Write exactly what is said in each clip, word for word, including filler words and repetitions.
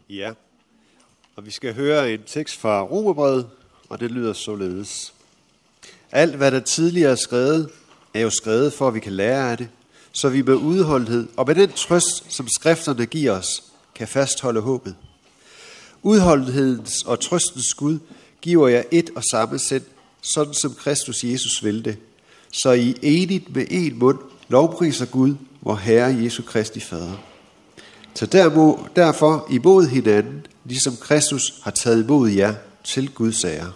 Ja, og vi skal høre en tekst fra Romerbrevet, og det lyder således. Alt, hvad der tidligere er skrevet, er jo skrevet for, at vi kan lære af det, så vi med udholdenhed og med den trøst, som skrifterne giver os, kan fastholde håbet. Udholdenhedens og trøstens Gud giver jer et og samme sind, sådan som Kristus Jesus vil det, så I enigt med en mund lovpriser Gud, vor Herre Jesu Kristi Fader. Så dermo, derfor imod hinanden, ligesom Kristus har taget imod jer til Guds ære.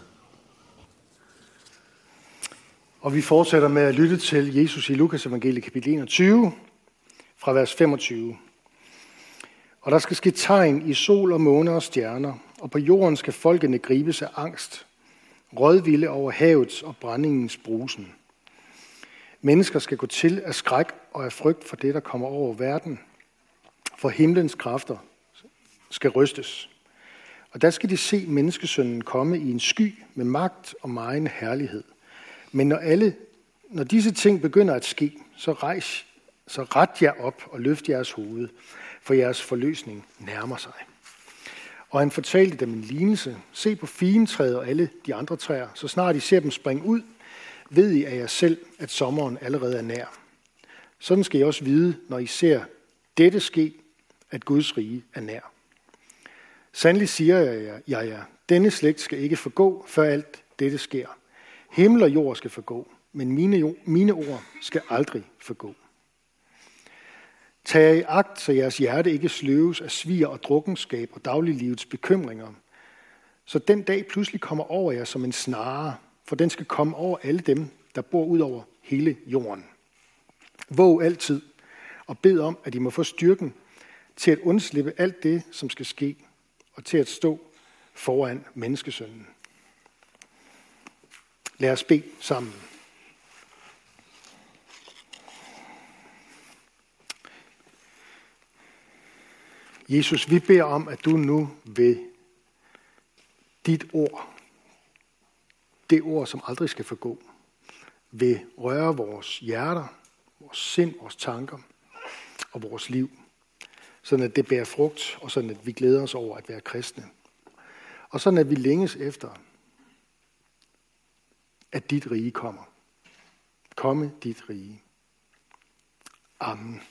Og vi fortsætter med at lytte til Jesus i Lukas evangeliet kapitel enogtyve, fra vers femogtyve. Og der skal ske tegn i sol og måne og stjerner, og på jorden skal folkene gribes af angst, rådvilde over havets og brændingens brusen. Mennesker skal gå til af skræk og af frygt for det, der kommer over verden, for himlens kræfter skal rystes. Og der skal de se menneskesønnen komme i en sky med magt og megen herlighed. Men når, alle, når disse ting begynder at ske, så rejs, så ret jer op og løft jeres hoved, for jeres forløsning nærmer sig. Og han fortalte dem en lignelse. Se på figentræet og alle de andre træer, så snart I ser dem springe ud, ved I af jer selv, at sommeren allerede er nær. Sådan skal I også vide, når I ser dette ske, at Guds rige er nær. Sandelig siger jeg jer, ja, ja, denne slægt skal ikke forgå, før alt dette sker. Himmel og jord skal forgå, men mine, mine ord skal aldrig forgå. Tag i agt, så jeres hjerte ikke sløves af svir og drukkenskab og dagliglivets bekymringer, så den dag pludselig kommer over jer som en snare, for den skal komme over alle dem, der bor ud over hele jorden. Våg altid og bed om, at I må få styrken til at undslippe alt det, som skal ske, og til at stå foran menneskesønnen. Lad os bede sammen. Jesus, vi beder om, at du nu ved dit ord, det ord, som aldrig skal forgå, vil røre vores hjerter, vores sind, vores tanker og vores liv, sådan at det bærer frugt, og sådan at vi glæder os over at være kristne. Og sådan at vi længes efter, at dit rige kommer. Komme dit rige. Amen.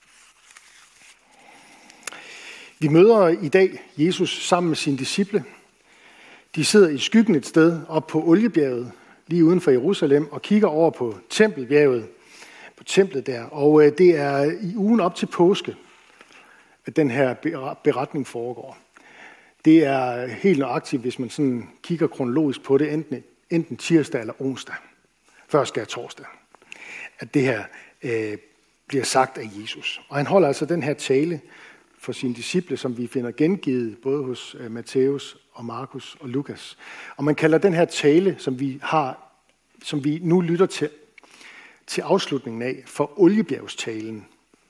Vi møder i dag Jesus sammen med sine disciple. De sidder i skyggen et sted op på Oliebjerget, lige uden for Jerusalem, og kigger over på Tempelbjerget, på templet der. Og det er i ugen op til påske, at den her beretning foregår. Det er helt nøjagtigt, hvis man sådan kigger kronologisk på det, enten, enten tirsdag eller onsdag. Først er torsdag, at det her øh, bliver sagt af Jesus. Og han holder altså den her tale for sine disciple, som vi finder gengivet både hos øh, Matthæus og Markus og Lukas. Og man kalder den her tale, som vi har, som vi nu lytter til, til afslutningen af, for Oliebjergstalen.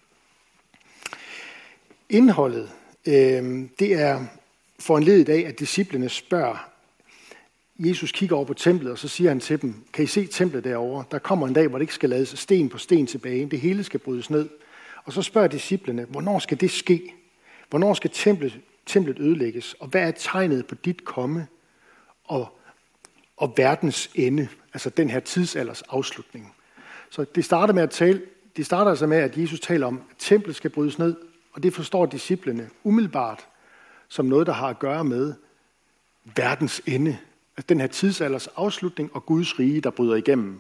Indholdet, øh, det er foranlediget af, at disciplene spørger. Jesus kigger over på templet, og så siger han til dem, kan I se templet derovre? Der kommer en dag, hvor det ikke skal lades sten på sten tilbage. Det hele skal brydes ned. Og så spørger disciplene, hvornår skal det ske? Hvornår skal templet, templet ødelægges? Og hvad er tegnet på dit komme og, og verdens ende? Altså den her tidsalders afslutning. Så det starter med at tale, det starter altså med, at Jesus taler om, at templet skal brydes ned. Og det forstår disciplene umiddelbart som noget, der har at gøre med verdens ende. Altså den her tidsalders afslutning og Guds rige, der bryder igennem.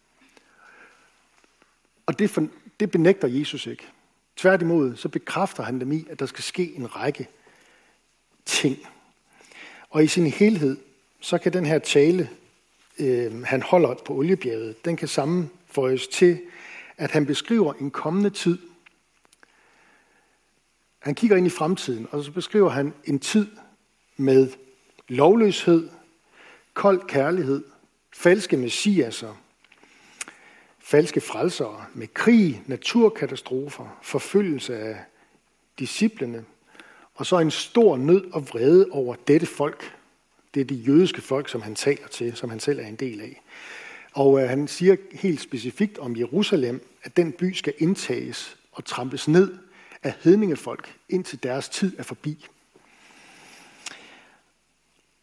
Og det, for, det benægter Jesus ikke. Tværtimod, så bekræfter han dem i, at der skal ske en række ting. Og i sin helhed, så kan den her tale, øh, han holder på Oliebjerget, den kan sammenføjes til, at han beskriver en kommende tid. Han kigger ind i fremtiden, og så beskriver han en tid med lovløshed, kold kærlighed, falske messiaser, falske frelsere, med krig, naturkatastrofer, forfølgelse af disciplene, og så en stor nød og vrede over dette folk. Det er det jødiske folk, som han taler til, som han selv er en del af. Og øh, han siger helt specifikt om Jerusalem, at den by skal indtages og trampes ned af hedningefolk, indtil deres tid er forbi.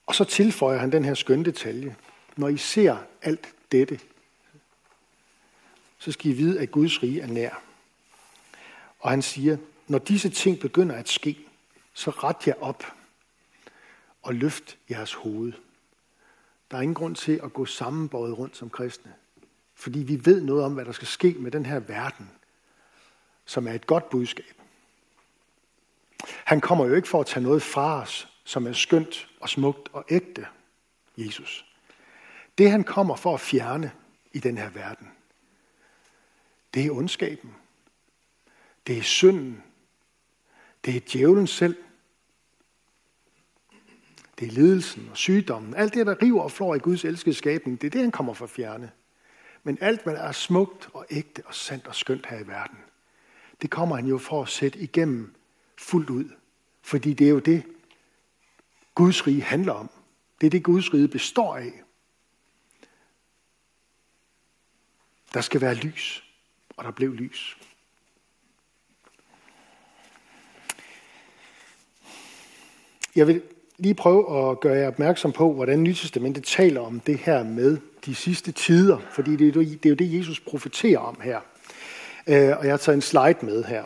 Og så tilføjer han den her skønne detalje. Når I ser alt dette, så skal I vide, at Guds rige er nær. Og han siger, når disse ting begynder at ske, så ret jer op og løft jeres hoved. Der er ingen grund til at gå sammenbøjet rundt som kristne, fordi vi ved noget om, hvad der skal ske med den her verden, som er et godt budskab. Han kommer jo ikke for at tage noget fra os, som er skønt og smukt og ægte, Jesus. Det han kommer for at fjerne i den her verden, det er ondskaben. Det er synden. Det er djævlen selv. Det er lidelsen og sygdommen. Alt det, der river og flår i Guds elskede skabning, det er det, han kommer for at fjerne. Men alt, hvad der er smukt og ægte og sandt og skønt her i verden, det kommer han jo for at sætte igennem fuldt ud. Fordi det er jo det, Guds rige handler om. Det er det, Guds rige består af. Der skal være lys, og der blev lys. Jeg vil lige prøve at gøre jer opmærksom på, hvordan Nye Testamentet taler om det her med de sidste tider. Fordi det er jo det, er jo det Jesus profeterer om her. Og jeg har taget en slide med her.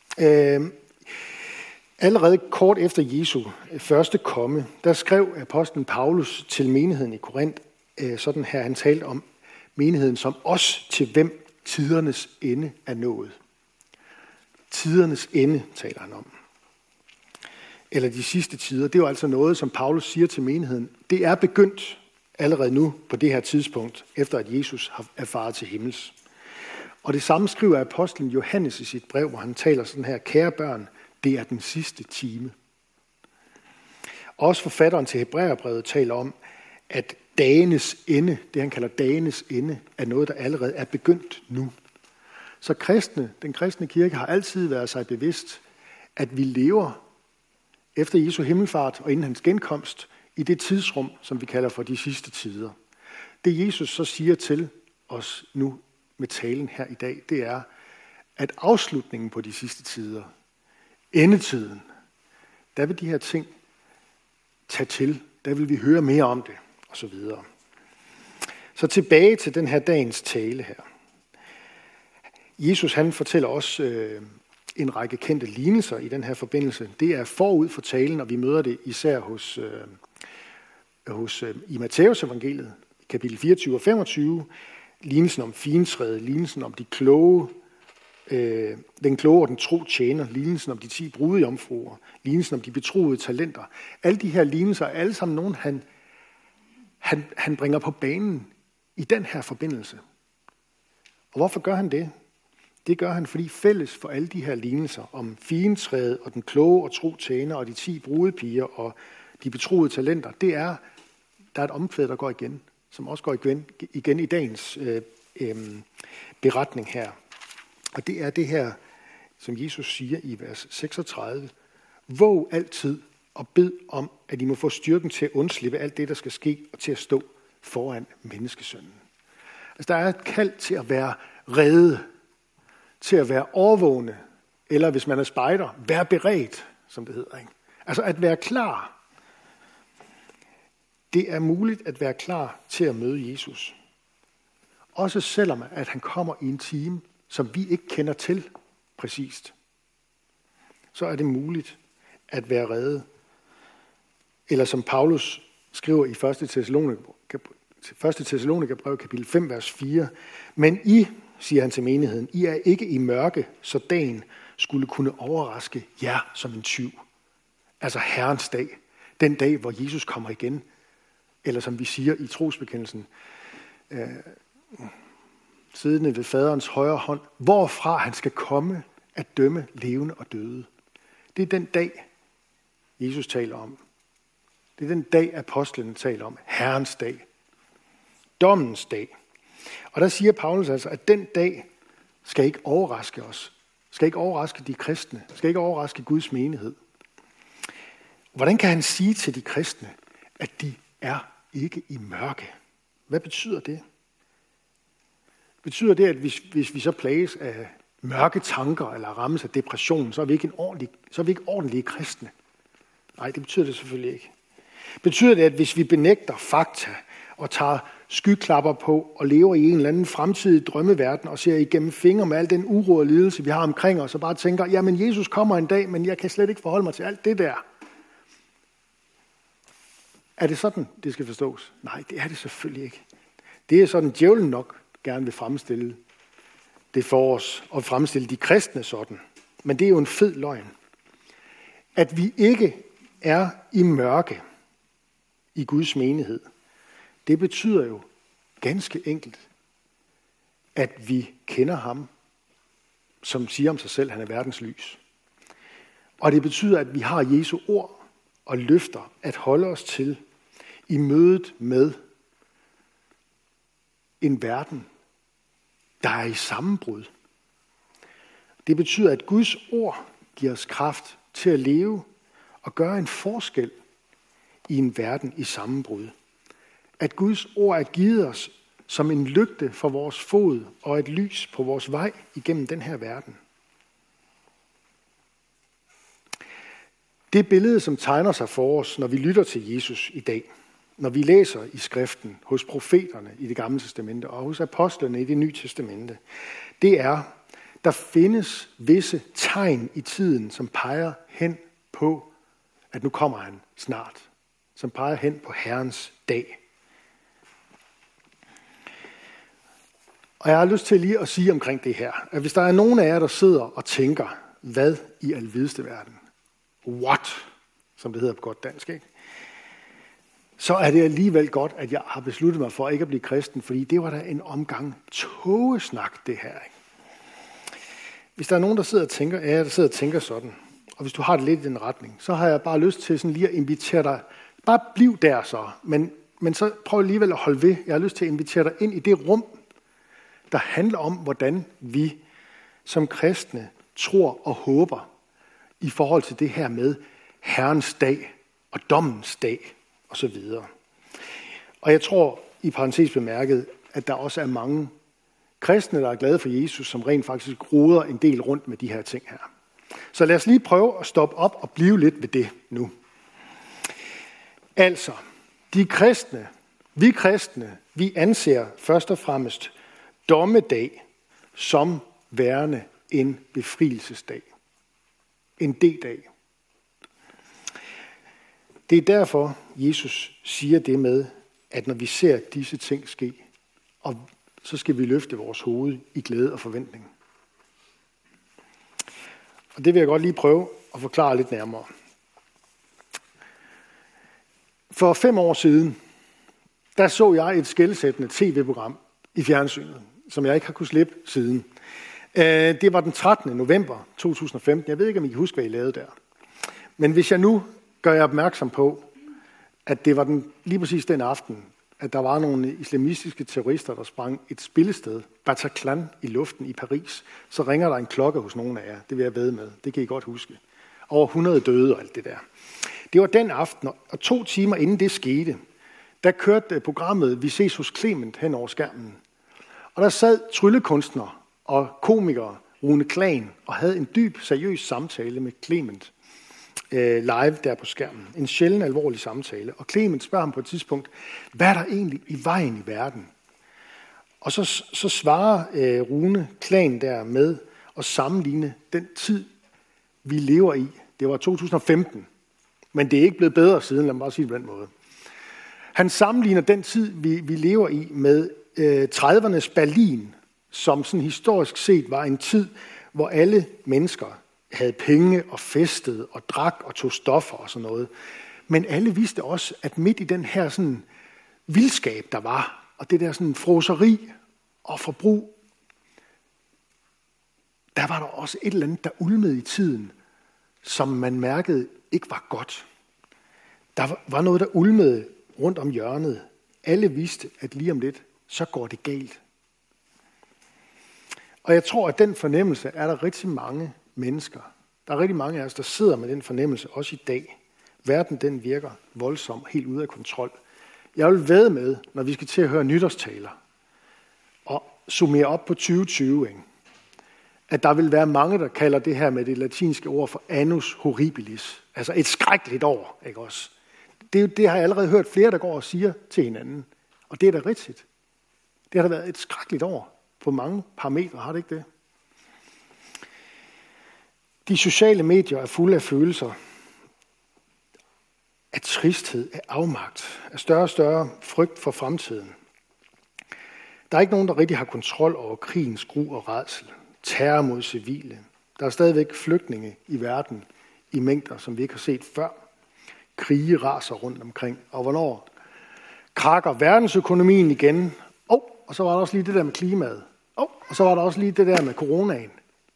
Allerede kort efter Jesu første komme, der skrev apostlen Paulus til menigheden i Korinth, sådan her, han talte om menigheden som os, til hvem tidernes ende er nået. Tidernes ende taler han om. Eller de sidste tider. Det er jo altså noget, som Paulus siger til menigheden. Det er begyndt allerede nu på det her tidspunkt, efter at Jesus har erfaret til himmels. Og det samme skriver apostlen Johannes i sit brev, hvor han taler sådan her: kære børn, det er den sidste time. Også forfatteren til Hebræerbrevet taler om, at dagenes ende, det han kalder dagenes ende, er noget, der allerede er begyndt nu. Så kristne, den kristne kirke har altid været sig bevidst, at vi lever efter Jesu himmelfart og inden hans genkomst i det tidsrum, som vi kalder for de sidste tider. Det Jesus så siger til os nu med talen her i dag, det er, at afslutningen på de sidste tider, endetiden, der vil de her ting tage til. Der vil vi høre mere om det, og så videre. Så tilbage til den her dagens tale her. Jesus han fortæller også øh, en række kendte lignelser i den her forbindelse. Det er forud for talen, og vi møder det især hos, øh, hos øh, i Matthæus evangeliet, kapitel fireogtyve og femogtyve. Lignelsen om fintræet, lignelsen om de kloge, øh, den kloge og den tro tjener, lignelsen om de ti brudejomfruer, lignelsen om de betroede talenter. Alle de her lignelser er alle sammen nogen, han, han, han bringer på banen i den her forbindelse. Og hvorfor gør han det? Det gør han, fordi fælles for alle de her lignelser om fintræet og den kloge og tro tjener og de ti brudepiger og de betroede talenter, det er, der er et omkvæd, der går igen, som også går igen, igen i dagens øh, øh, beretning her. Og det er det her, som Jesus siger i vers seksogtredive. Våg altid og bed om, at I må få styrken til at undslippe alt det, der skal ske, og til at stå foran menneskesønnen. Altså, der er et kald til at være rede, til at være overvågne, eller hvis man er spejder, være beredt, som det hedder. Ikke? Altså at være klar. Det er muligt at være klar til at møde Jesus. Også selvom at han kommer i en time, som vi ikke kender til præcist. Så er det muligt at være rede. Eller som Paulus skriver i første Thessalonikerbrev kapitel fem, vers fire. Men I, siger han til menigheden, I er ikke i mørke, så dagen skulle kunne overraske jer som en tyv. Altså Herrens dag. Den dag, hvor Jesus kommer igen. Eller som vi siger i trosbekendelsen, øh, siddende ved faderens højre hånd, hvorfra han skal komme at dømme levende og døde. Det er den dag, Jesus taler om. Det er den dag, apostlene taler om. Herrens dag. Dommens dag. Og der siger Paulus altså, at den dag skal ikke overraske os. Skal ikke overraske de kristne. Skal ikke overraske Guds menighed. Hvordan kan han sige til de kristne, at de er ikke i mørke? Hvad betyder det? Betyder det, at hvis, hvis vi så plages af mørke tanker eller rammes af depression, så er vi ikke, en ordentlig, så er vi ikke ordentlige kristne? Nej, det betyder det selvfølgelig ikke. Betyder det, at hvis vi benægter fakta og tager skyklapper på og lever i en eller anden fremtidig drømmeverden og ser igennem fingre med al den uro og lidelse, vi har omkring os, og bare tænker, jamen Jesus kommer en dag, men jeg kan slet ikke forholde mig til alt det der. Er det sådan, det skal forstås? Nej, det er det selvfølgelig ikke. Det er sådan, djævlen nok gerne vil fremstille det for os, og fremstille de kristne sådan. Men det er jo en fed løgn. At vi ikke er i mørke i Guds menighed, det betyder jo ganske enkelt, at vi kender ham, som siger om sig selv, at han er verdens lys. Og det betyder, at vi har Jesu ord og løfter at holde os til i mødet med en verden, der er i sammenbrud. Det betyder, at Guds ord giver os kraft til at leve og gøre en forskel i en verden i sammenbrud. At Guds ord er givet os som en lygte for vores fod og et lys på vores vej igennem den her verden. Det billede, som tegner sig for os, når vi lytter til Jesus i dag, når vi læser i skriften hos profeterne i Det Gamle Testamente og hos apostlene i Det Nye Testamente, det er, der findes visse tegn i tiden, som peger hen på, at nu kommer han snart. Som peger hen på Herrens dag. Og jeg har lyst til lige at sige omkring det her, at hvis der er nogen af jer, der sidder og tænker, hvad i alvideste verden? What? Som det hedder på godt dansk, ikke? Så er det alligevel godt, at jeg har besluttet mig for ikke at blive kristen, fordi det var da en omgang togesnak, det her. Ikke? Hvis der er nogen, der sidder og tænker, ja, der sidder og tænker sådan, og hvis du har det lidt i den retning, så har jeg bare lyst til sådan lige at invitere dig, bare bliv der så, men, men så prøv alligevel at holde ved. Jeg har lyst til at invitere dig ind i det rum, der handler om, hvordan vi som kristne tror og håber i forhold til det her med Herrens dag og dommens dag og så videre. Og jeg tror i parentes bemærket, at der også er mange kristne, der er glade for Jesus, som rent faktisk roder en del rundt med de her ting her. Så lad os lige prøve at stoppe op og blive lidt ved det nu. Altså, de kristne, vi kristne, vi anser først og fremmest dommedag som værende en befrielsesdag. En D-dag. Det er derfor, Jesus siger det med, at når vi ser disse ting ske, og så skal vi løfte vores hoved i glæde og forventning. Og det vil jeg godt lige prøve at forklare lidt nærmere. For fem år siden, der så jeg et skelsættende tv-program i fjernsynet, som jeg ikke har kunnet slippe siden. Det var den trettende november to tusind og femten. Jeg ved ikke, om I kan huske, hvad I lavede der. Men hvis jeg nu gør jer opmærksom på, at det var den, lige præcis den aften, at der var nogle islamistiske terrorister, der sprang et spillested, Bataclan, i luften i Paris, så ringer der en klokke hos nogen af jer. Det vil jeg vædde med. Det kan I godt huske. Over hundrede døde og alt det der. Det var den aften, og to timer inden det skete, der kørte programmet Vi ses hos Clement hen over skærmen. Og der sad tryllekunstner og komiker Rune Klan og havde en dyb, seriøs samtale med Clement øh, live der på skærmen. En sjælden alvorlig samtale. Og Clement spørger ham på et tidspunkt, hvad er der egentlig i vejen i verden? Og så, så svarer øh, Rune Klan der med at sammenligne den tid, vi lever i. Det var to tusind og femten, men det er ikke blevet bedre siden, lad mig bare sige det på den måde. Han sammenligner den tid, vi, vi lever i med øh, tredivernes Berlin, som sådan historisk set var en tid, hvor alle mennesker havde penge og festede og drak og tog stoffer og sådan noget. Men alle vidste også, at midt i den her sådan vildskab, der var, og det der sådan froseri og forbrug, der var der også et eller andet, der ulmede i tiden, som man mærkede ikke var godt. Der var noget, der ulmede rundt om hjørnet. Alle vidste, at lige om lidt, så går det galt. Og jeg tror, at den fornemmelse er der rigtig mange mennesker. Der er rigtig mange af os, der sidder med den fornemmelse, også i dag. Verden, den virker voldsom, helt ude af kontrol. Jeg vil vædde med, når vi skal til at høre nytårstaler, og summere op på tyve tyve, ikke? At der vil være mange, der kalder det her med det latinske ord for annus horribilis. Altså et skrækkeligt år, ikke også? Det, er jo, det har jeg allerede hørt flere, der går og siger til hinanden. Og det er da rigtigt. Det har da været et skrækkeligt år på mange parametre, har det ikke det? De sociale medier er fulde af følelser, af tristhed, af afmagt, af større og større frygt for fremtiden. Der er ikke nogen, der rigtig har kontrol over krigens gru og rædsel, terror mod civile. Der er stadigvæk flygtninge i verden i mængder, som vi ikke har set før. Krige raser rundt omkring. Og hvornår krakker verdensøkonomien igen? Oh, og så var der også lige det der med klimaet. Oh, og så var der også lige det der med coronaen.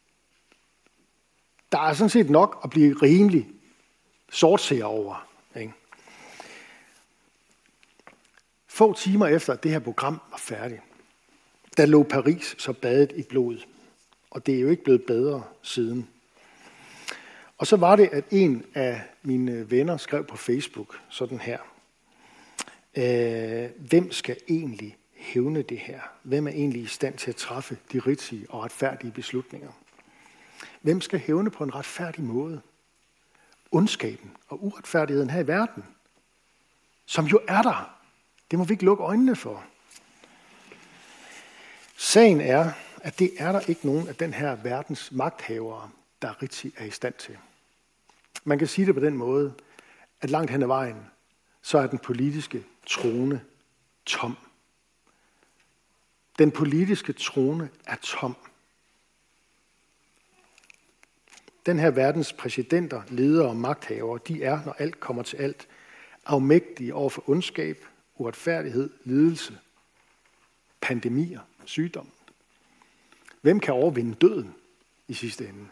Der er sådan set nok at blive rimelig sortseer over. Ikke? Få timer efter, at det her program var færdigt, der lå Paris så badet i blod. Og det er jo ikke blevet bedre siden. Og så var det, at en af mine venner skrev på Facebook sådan her. Øh, hvem skal egentlig hævne det her? Hvem er egentlig i stand til at træffe de rigtige og retfærdige beslutninger? Hvem skal hævne på en retfærdig måde? Ondskaben og uretfærdigheden her i verden, som jo er der. Det må vi ikke lukke øjnene for. Sagen er, at det er der ikke nogen af den her verdens magthavere, der rigtig er i stand til. Man kan sige det på den måde, at langt hen ad vejen, så er den politiske trone tom. Den politiske trone er tom. Den her verdens præsidenter, ledere og magthavere, de er, når alt kommer til alt, afmægtige over for ondskab, uretfærdighed, lidelse, pandemier, sygdom. Hvem kan overvinde døden i sidste ende?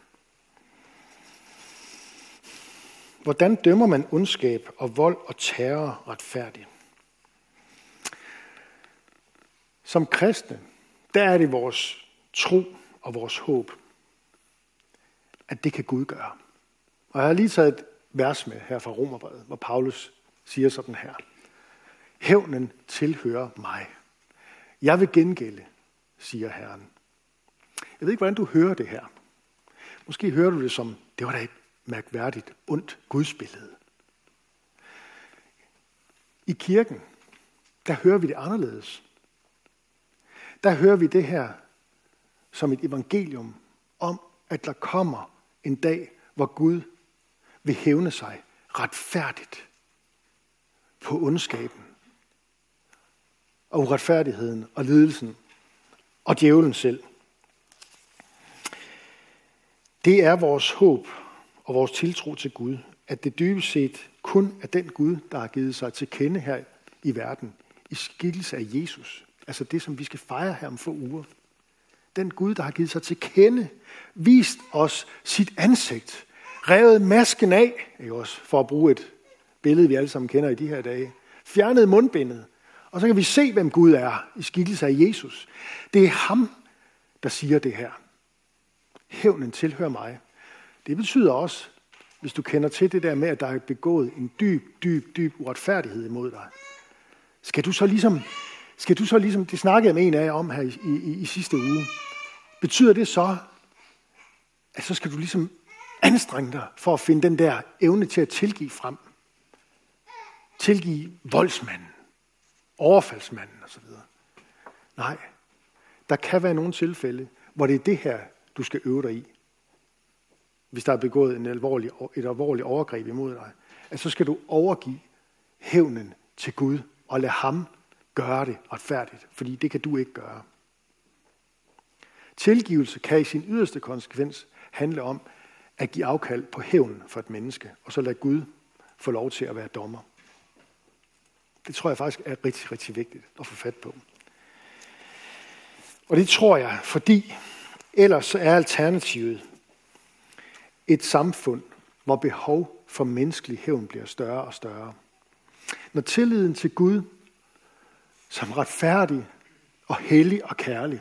Hvordan dømmer man ondskab og vold og terror retfærdigt? Som kristne, der er det vores tro og vores håb, at det kan Gud gøre. Og jeg har lige taget et vers med her fra Romerbrevet, hvor Paulus siger sådan her. Hævnen tilhører mig. Jeg vil gengælde, siger Herren. Jeg ved ikke, hvordan du hører det her. Måske hører du det som, det var da et mærkværdigt, ondt gudsbillede. I kirken, der hører vi det anderledes. Der hører vi det her som et evangelium om, at der kommer en dag, hvor Gud vil hævne sig retfærdigt på ondskaben og uretfærdigheden og lidelsen og djævlen selv. Det er vores håb og vores tiltro til Gud, at det dybest set kun er den Gud, der har givet sig til kende her i verden, i skikkelse af Jesus. Altså det, som vi skal fejre her om få uger. Den Gud, der har givet sig til kende, vist os sit ansigt, revet masken af, ikke også, for at bruge et billede, vi alle sammen kender i de her dage, fjernet mundbindet, og så kan vi se, hvem Gud er i skikkelse af Jesus. Det er ham, der siger det her. Hævnen tilhører mig. Det betyder også, hvis du kender til det der med, at der er begået en dyb, dyb, dyb uretfærdighed imod dig. Skal du så ligesom, skal du så ligesom det snakkede jeg med en af jer om her i, i, i sidste uge. Betyder det så, at så skal du ligesom anstrenge dig for at finde den der evne til at tilgive frem? Tilgive voldsmanden, overfaldsmanden osv. Nej, der kan være nogle tilfælde, hvor det er det her, du skal øve dig i. Hvis der er begået en alvorlig, et alvorligt overgreb imod dig, at så skal du overgive hævnen til Gud og lade ham gøre det retfærdigt, fordi det kan du ikke gøre. Tilgivelse kan i sin yderste konsekvens handle om at give afkald på hævn for et menneske, og så lade Gud få lov til at være dommer. Det tror jeg faktisk er rigtig, rigtig vigtigt at få fat på. Og det tror jeg, fordi ellers er alternativet et samfund, hvor behov for menneskelig hævn bliver større og større. Når tilliden til Gud, som retfærdig og hellig og kærlig,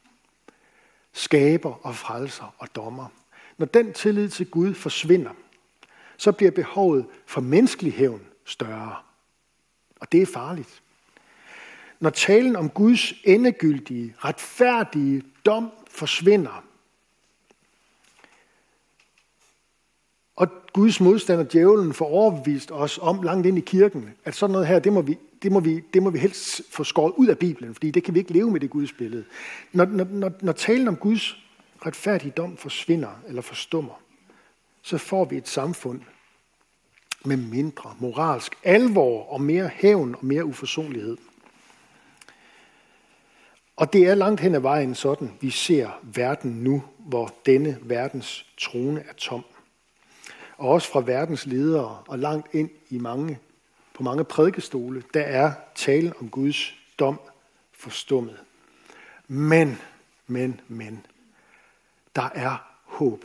skaber og frelser og dommer, når den tillid til Gud forsvinder, så bliver behovet for menneskelig hævn større. Og det er farligt. Når talen om Guds endegyldige, retfærdige dom forsvinder, Og Guds modstander, djævlen, får overbevist os om langt ind i kirken, at sådan noget her, det må vi, det må vi, det må vi helst få skåret ud af Bibelen, fordi det kan vi ikke leve med, det Guds billede. Når, når, når, når talen om Guds retfærdige dom forsvinder eller forstummer, så får vi et samfund med mindre moralsk alvor og mere hævn og mere uforsonlighed. Og det er langt hen ad vejen sådan, vi ser verden nu, hvor denne verdens trone er tom. Og også fra verdens ledere og langt ind i mange, på mange prædikestole, der er talen om Guds dom forstummet. Men, men, men, der er håb.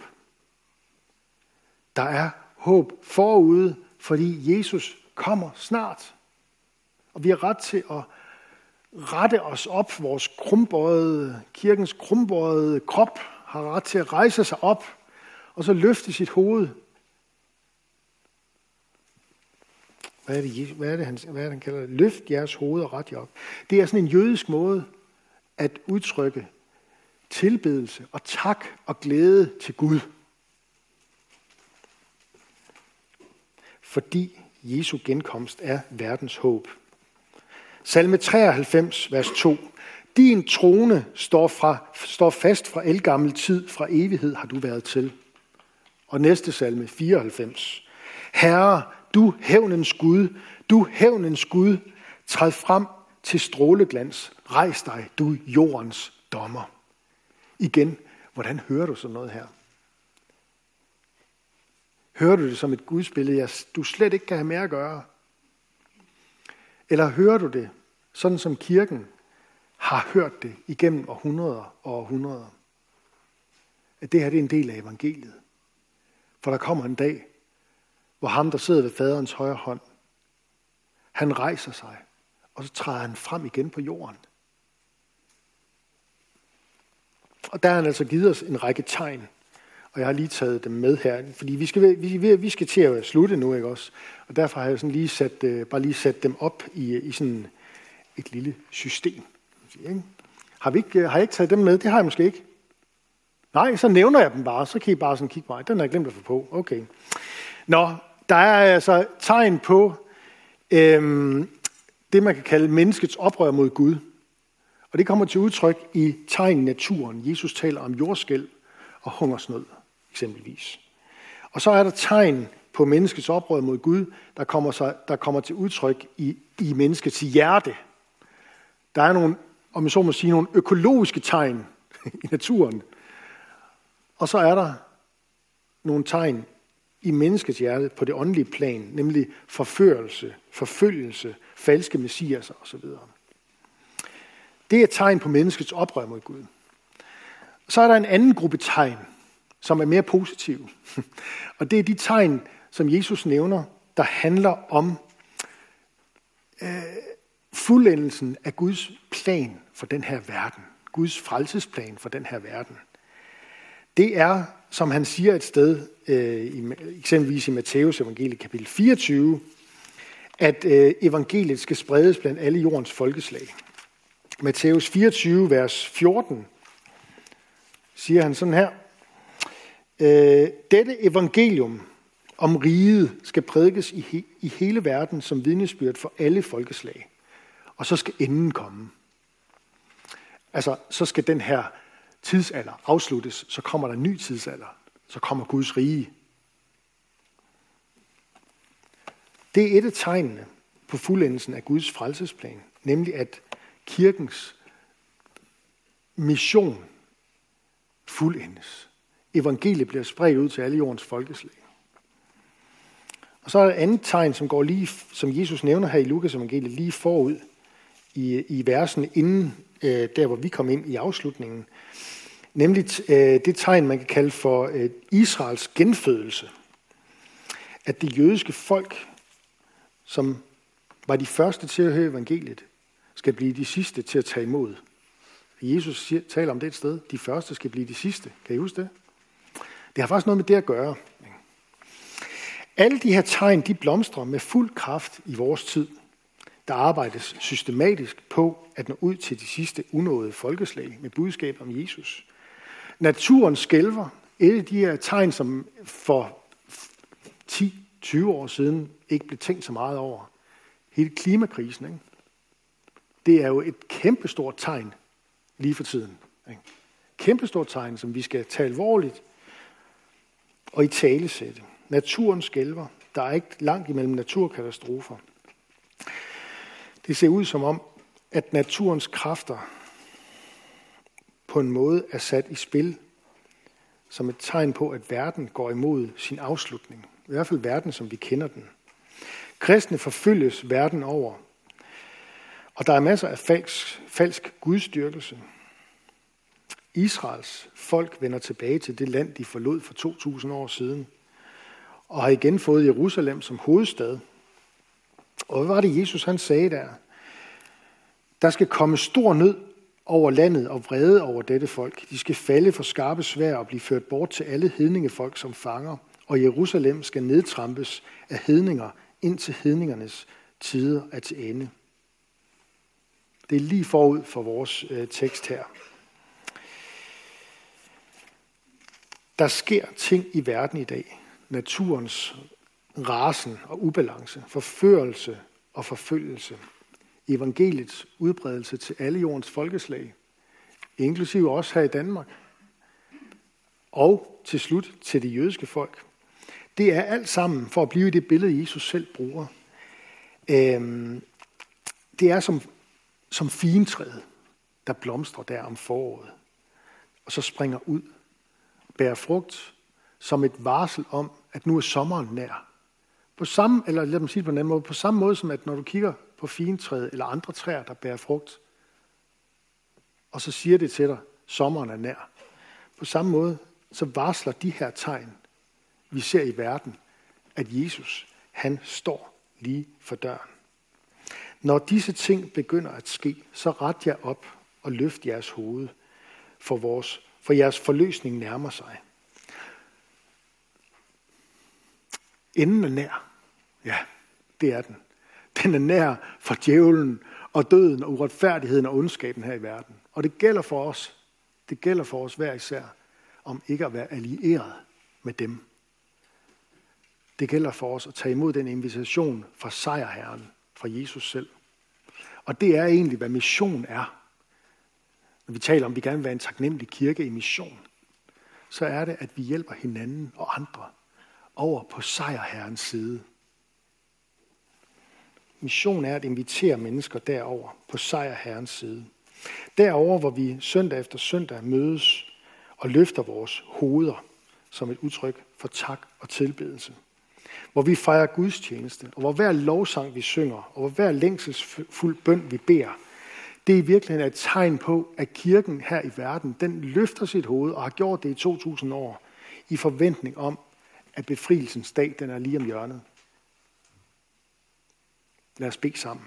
Der er håb forude, fordi Jesus kommer snart. Og vi har ret til at rette os op, vores krumbøjede, kirkens krumbøjede krop har ret til at rejse sig op, og så løfte sit hoved. Hvad er det, hvad er det, han, hvad er det, han kalder det? Løft jeres hoved og ret jer op. Det er sådan en jødisk måde at udtrykke tilbedelse og tak og glæde til Gud. Fordi Jesu genkomst er verdens håb. Salme treoghalvfems, vers to. Din trone står, fra, står fast fra ældgammel tid, fra evighed har du været til. Og næste salme, fireoghalvfems. Herre, du hævnens Gud, du hævnens Gud, træd frem til stråleglans. Rejs dig, du jordens dommer. Igen, hvordan hører du sådan noget her? Hører du det som et gudsbillede, du slet ikke kan have med at gøre? Eller hører du det, sådan som kirken har hørt det igennem århundreder og århundreder? At det her det er en del af evangeliet. For der kommer en dag, hvor ham, der sidder ved faderens højre hånd, han rejser sig, og så træder han frem igen på jorden. Og der har han altså givet os en række tegn, og jeg har lige taget dem med her, fordi vi skal, vi, vi skal til at slutte nu, ikke også? Og derfor har jeg sådan lige sat, bare lige sat dem op i, i sådan et lille system. Har, vi ikke, har jeg ikke taget dem med? Det har jeg måske ikke. Nej, så nævner jeg dem bare, så kan I bare sådan kigge mig. Den har jeg glemt at få på. Okay. Nå, der er altså tegn på øhm, det, man kan kalde menneskets oprør mod Gud. Og det kommer til udtryk i tegn i naturen. Jesus taler om jordskælv og hungersnød, eksempelvis. Og så er der tegn på menneskets oprør mod Gud, der kommer, sig, der kommer til udtryk i, i menneskets hjerte. Der er nogle, om jeg så må sige, nogle økologiske tegn i naturen. Og så er der nogle tegn i menneskets hjerte på det åndelige plan, nemlig forførelse, forfølgelse, falske messiaser osv. Det er tegn på menneskets oprør mod Gud. Så er der en anden gruppe tegn, som er mere positive. Og det er de tegn, som Jesus nævner, der handler om øh, fuldendelsen af Guds plan for den her verden. Guds frelsesplan for den her verden. Det er, som han siger et sted, øh, eksempelvis i Matthæus evangeliet kapitel fireogtyve, at øh, evangeliet skal spredes blandt alle jordens folkeslag. Matthæus fireogtyve, vers fjorten, siger han sådan her. Øh, Dette evangelium om riget skal prædikes i, he, i hele verden som vidnesbyrd for alle folkeslag. Og så skal enden komme. Altså, så skal den her tidsalder afsluttes, så kommer der en ny tidsalder. Så kommer Guds rige. Det er et af tegnene på fuldendelsen af Guds frelsesplan, nemlig at kirkens mission fuldendes. Evangeliet bliver spredt ud til alle jordens folkeslag. Og så er der et andet tegn, som går lige, som Jesus nævner her i Lukas evangeliet, lige forud i, i versene inden øh, der, hvor vi kom ind i afslutningen. Nemlig øh, det tegn, man kan kalde for øh, Israels genfødelse. At det jødiske folk, som var de første til at høre evangeliet, skal blive de sidste til at tage imod. Jesus siger, taler om det et sted. De første skal blive de sidste. Kan I huske det? Det har faktisk noget med det at gøre. Alle de her tegn, de blomstrer med fuld kraft i vores tid. Der arbejdes systematisk på at nå ud til de sidste unåede folkeslag med budskab om Jesus. Naturen skælver. Et af de her tegn, som for ti til tyve år siden ikke blev tænkt så meget over. Hele klimakrisen, ikke? Det er jo et kæmpestort tegn lige for tiden. Ikke? Kæmpestort tegn, som vi skal tage alvorligt og i talesætte. Naturen skælver. Der er ikke langt imellem naturkatastrofer. Det ser ud som om, at naturens kræfter på en måde er sat i spil som et tegn på, at verden går imod sin afslutning. I hvert fald verden, som vi kender den. Kristne forfølges verden over. Og der er masser af falsk, falsk gudstyrkelse. Israels folk vender tilbage til det land, de forlod for to tusind år siden. Og har igen fået Jerusalem som hovedstad. Og hvad var det, Jesus han sagde der? Der skal komme stor nød over landet og vrede over dette folk. De skal falde for skarpe sværd og blive ført bort til alle hedningefolk som fanger. Og Jerusalem skal nedtrampes af hedninger, indtil hedningernes tider er til ende. Det er lige forud for vores øh, tekst her. Der sker ting i verden i dag. Naturens rasen og ubalance, forførelse og forfølgelse. Evangeliets udbredelse til alle jordens folkeslag, inklusive også her i Danmark. Og til slut til det jødiske folk. Det er alt sammen for at blive i det billede, Jesus selv bruger. Øhm, det er som, som figentræet, der blomstrer der om foråret, og så springer ud, bærer frugt, som et varsel om, at nu er sommeren nær. På samme, eller lad mig sige det på en anden måde, på samme måde som at når du kigger på figentræet eller andre træer, der bærer frugt, og så siger det til dig, sommeren er nær. På samme måde, så varsler de her tegn, vi ser i verden, at Jesus, han står lige for døren. Når disse ting begynder at ske, så ret jer op og løft jeres hoved, for, vores, for jeres forløsning nærmer sig. Enden er nær. Ja, det er den. Den er nær for djævlen og døden og uretfærdigheden og ondskaben her i verden. Og det gælder for os, det gælder for os hver især, om ikke at være allieret med dem. Det gælder for os at tage imod den invitation fra sejrherren, fra Jesus selv. Og det er egentlig, hvad mission er. Når vi taler om, at vi gerne vil være en taknemmelig kirke i mission, så er det, at vi hjælper hinanden og andre over på sejrherrens side. Mission er at invitere mennesker derover på sejrherrens side. Derover, hvor vi søndag efter søndag mødes og løfter vores hoveder som et udtryk for tak og tilbedelse. Hvor vi fejrer gudstjeneste, og hvor hver lovsang vi synger, og hvor hver længselsfuld bøn vi beder, det er i virkeligheden et tegn på, at kirken her i verden, den løfter sit hoved og har gjort det i to tusind år, i forventning om, at befrielsens dag, den er lige om hjørnet. Lad os bede sammen.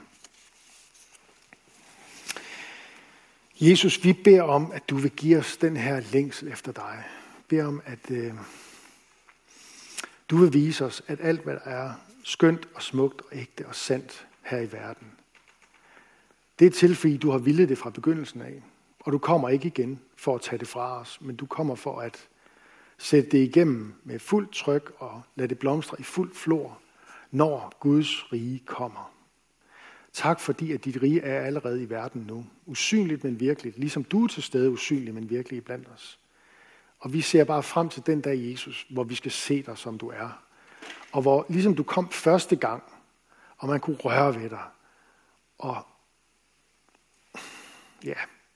Jesus, vi beder om, at du vil give os den her længsel efter dig. Vi beder om, at øh, du vil vise os, at alt, hvad der er skønt og smukt og ægte og sandt her i verden, det er til, fordi du har villet det fra begyndelsen af. Og du kommer ikke igen for at tage det fra os, men du kommer for at sætte det igennem med fuldt tryk og lade det blomstre i fuld flor, når Guds rige kommer. Tak fordi, at dit rige er allerede i verden nu. Usynligt, men virkeligt. Ligesom du er til stede usynlig, men virkelig blandt os. Og vi ser bare frem til den dag, Jesus, hvor vi skal se dig, som du er. Og hvor ligesom du kom første gang, og man kunne røre ved dig. Og ja,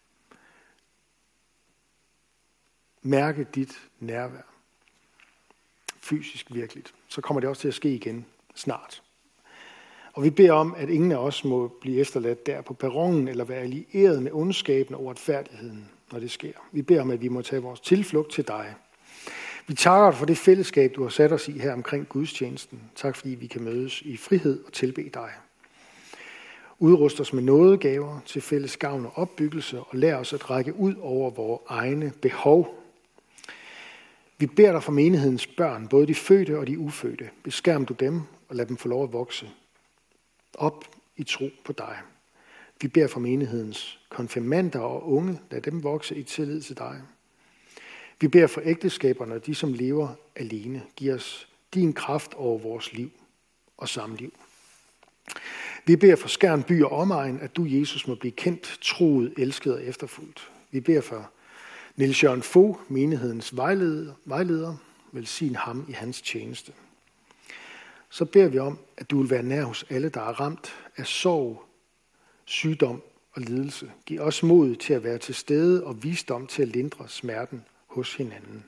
mærke dit nærvær. Fysisk virkeligt. Så kommer det også til at ske igen snart. Og vi beder om, at ingen af os må blive efterladt der på perronen, eller være allieret med ondskaben og uretfærdigheden, når det sker. Vi beder om, at vi må tage vores tilflugt til dig. Vi takker dig for det fællesskab, du har sat os i her omkring gudstjenesten. Tak fordi vi kan mødes i frihed og tilbede dig. Udrust os med nådegaver til fælles gavn og opbyggelse, og lær os at række ud over vores egne behov. Vi beder dig for menighedens børn, både de fødte og de ufødte. Beskærm du dem og lad dem få lov at vokse op i tro på dig. Vi beder for menighedens konfirmander og unge, lad dem vokse i tillid til dig. Vi beder for ægteskaberne og de, som lever alene. Giv os din kraft over vores liv og samliv. Vi beder for Skjern by og omegn, at du, Jesus, må blive kendt, troet, elsket og efterfulgt. Vi beder for Niels Jørgen Fogh, menighedens vejleder, vejleder, velsign ham i hans tjeneste. Så beder vi om, at du vil være nær hos alle, der er ramt af sorg, sygdom og lidelse. Giv os mod til at være til stede og visdom til at lindre smerten hos hinanden.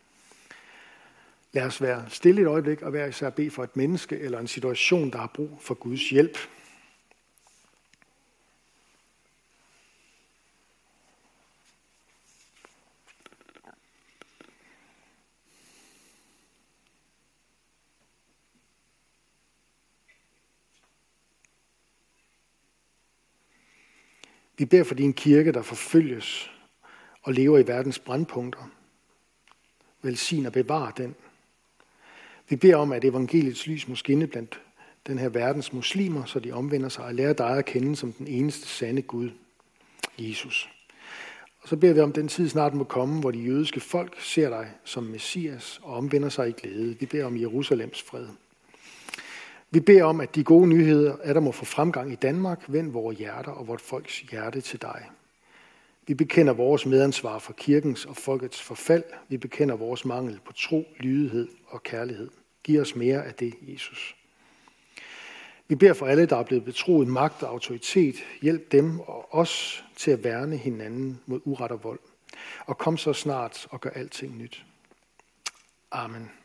Lad os være stille et øjeblik og være især bede for et menneske eller en situation, der har brug for Guds hjælp. Vi beder for din kirke, der forfølges og lever i verdens brandpunkter. Velsign og bevar den. Vi beder om, at evangeliets lys må skinne blandt den her verdens muslimer, så de omvender sig og lærer dig at kende som den eneste sande Gud, Jesus. Og så beder vi om, den tid snart må komme, hvor de jødiske folk ser dig som Messias og omvender sig i glæde. Vi beder om Jerusalems fred. Vi beder om, at de gode nyheder, at der må få fremgang i Danmark, vend vores hjerter og vort folks hjerte til dig. Vi bekender vores medansvar for kirkens og folkets forfald. Vi bekender vores mangel på tro, lydighed og kærlighed. Giv os mere af det, Jesus. Vi beder for alle, der er blevet betroet magt og autoritet. Hjælp dem og os til at værne hinanden mod uret og vold. Og kom så snart og gør alting nyt. Amen.